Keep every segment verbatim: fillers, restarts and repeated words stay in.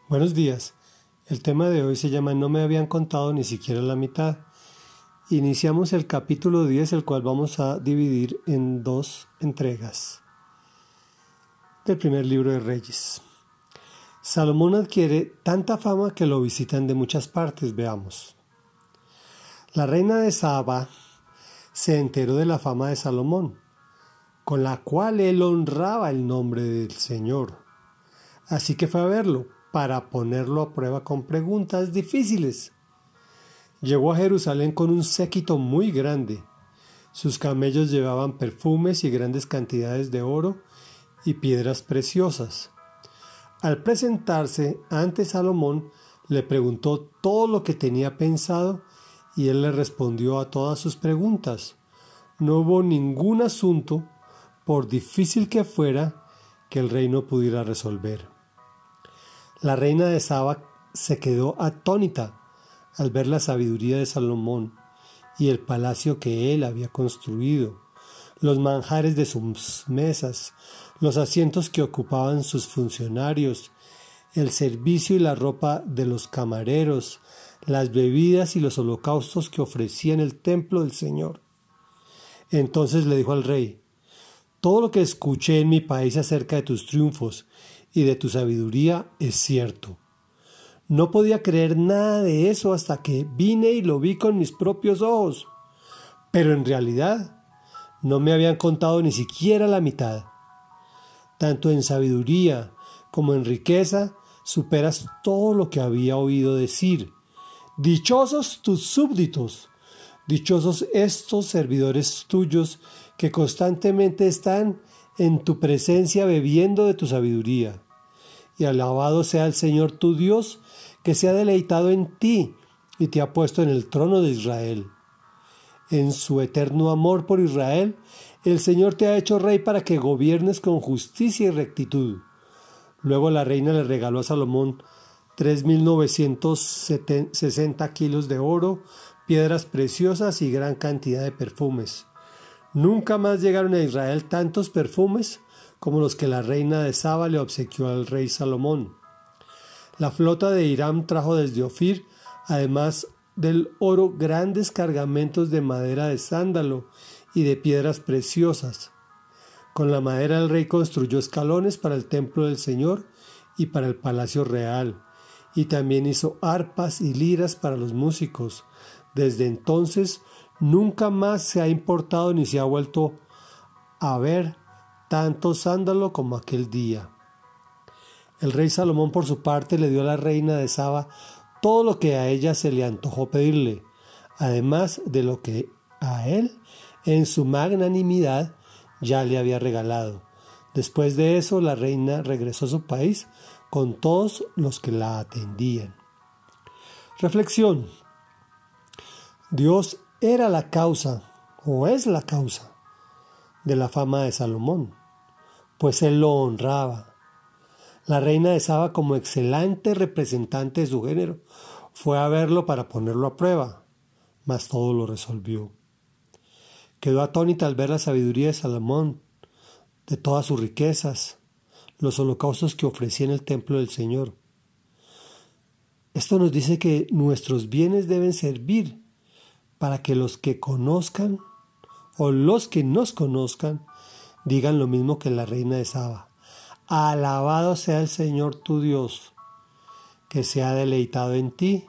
Buenos días. El tema de hoy se llama No me habían contado ni siquiera la mitad. Iniciamos el capítulo diez, el cual vamos a dividir en dos entregas del primer libro de Reyes. Salomón adquiere tanta fama que lo visitan de muchas partes. Veamos. La reina de Saba se enteró de la fama de Salomón, con la cual él honraba el nombre del Señor. Así que fue a verlo para ponerlo a prueba con preguntas difíciles. Llegó a Jerusalén con un séquito muy grande. Sus camellos llevaban perfumes y grandes cantidades de oro y piedras preciosas. Al presentarse ante Salomón, le preguntó todo lo que tenía pensado y él le respondió a todas sus preguntas. No hubo ningún asunto, por difícil que fuera, que el rey no pudiera resolver. La reina de Saba se quedó atónita al ver la sabiduría de Salomón y el palacio que él había construido, los manjares de sus mesas, los asientos que ocupaban sus funcionarios, el servicio y la ropa de los camareros, las bebidas y los holocaustos que ofrecía en el templo del Señor. Entonces le dijo al rey: todo lo que escuché en mi país acerca de tus triunfos y de tu sabiduría es cierto. No podía creer nada de eso hasta que vine y lo vi con mis propios ojos. Pero en realidad no me habían contado ni siquiera la mitad. Tanto en sabiduría como en riqueza superas todo lo que había oído decir. Dichosos tus súbditos, dichosos estos servidores tuyos que constantemente están en tu presencia bebiendo de tu sabiduría. Y alabado sea el Señor tu Dios, que se ha deleitado en ti y te ha puesto en el trono de Israel. En su eterno amor por Israel, el Señor te ha hecho rey para que gobiernes con justicia y rectitud. Luego la reina le regaló a Salomón tres mil novecientos sesenta kilos de oro, piedras preciosas y gran cantidad de perfumes. Nunca más llegaron a Israel tantos perfumes como los que la reina de Saba le obsequió al rey Salomón. La flota de Hiram trajo desde Ofir, además del oro, grandes cargamentos de madera de sándalo y de piedras preciosas. Con la madera el rey construyó escalones para el templo del Señor y para el palacio real, y también hizo arpas y liras para los músicos. Desde entonces nunca más se ha importado ni se ha vuelto a ver tanto sándalo como aquel día. El rey Salomón, por su parte, le dio a la reina de Saba todo lo que a ella se le antojó pedirle, además de lo que a él, en su magnanimidad, ya le había regalado. Después de eso, la reina regresó a su país con todos los que la atendían. Reflexión. Dios era la causa, o es la causa, de la fama de Salomón, pues él lo honraba. La reina de Saba, como excelente representante de su género, fue a verlo para ponerlo a prueba, mas todo lo resolvió. Quedó atónita al ver la sabiduría de Salomón, de todas sus riquezas, los holocaustos que ofrecía en el templo del Señor. Esto nos dice que nuestros bienes deben servir para que los que conozcan o los que nos conozcan digan lo mismo que la reina de Saba. Alabado sea el Señor tu Dios, que se ha deleitado en ti.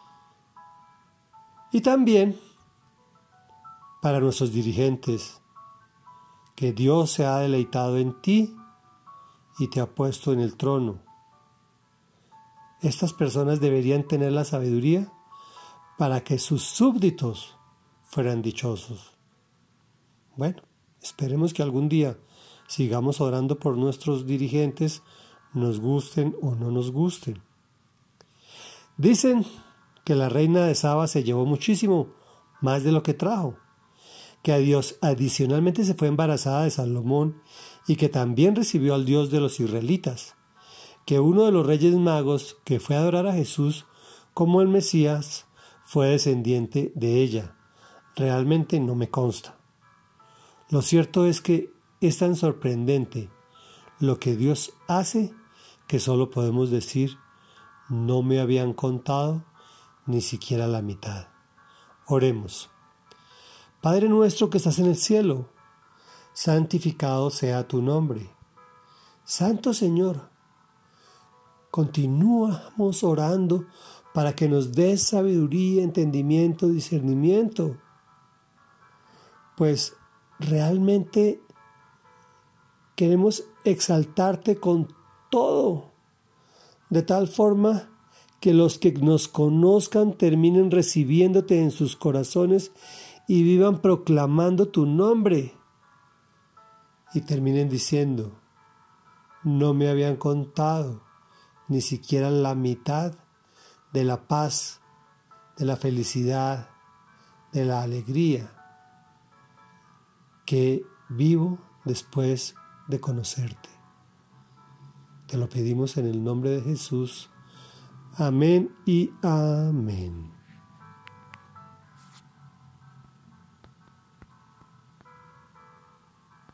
Y también para nuestros dirigentes, que Dios se ha deleitado en ti y te ha puesto en el trono. Estas personas deberían tener la sabiduría para que sus súbditos fueran dichosos. Bueno, esperemos que algún día sigamos orando por nuestros dirigentes, nos gusten o no nos gusten. Dicen que la reina de Saba se llevó muchísimo, más de lo que trajo, que a Dios adicionalmente se fue embarazada de Salomón y que también recibió al Dios de los israelitas, que uno de los reyes magos que fue a adorar a Jesús como el Mesías fue descendiente de ella. Realmente no me consta. Lo cierto es que es tan sorprendente lo que Dios hace que solo podemos decir no me habían contado ni siquiera la mitad. Oremos. Padre nuestro que estás en el cielo, santificado sea tu nombre. Santo Señor, continuamos orando para que nos des sabiduría, entendimiento, discernimiento, pues realmente queremos exaltarte con todo, de tal forma que los que nos conozcan terminen recibiéndote en sus corazones y vivan proclamando tu nombre y terminen diciendo, no me habían contado ni siquiera la mitad de la paz, de la felicidad, de la alegría que vivo después de conocerte. Te lo pedimos en el nombre de Jesús. Amén y amén.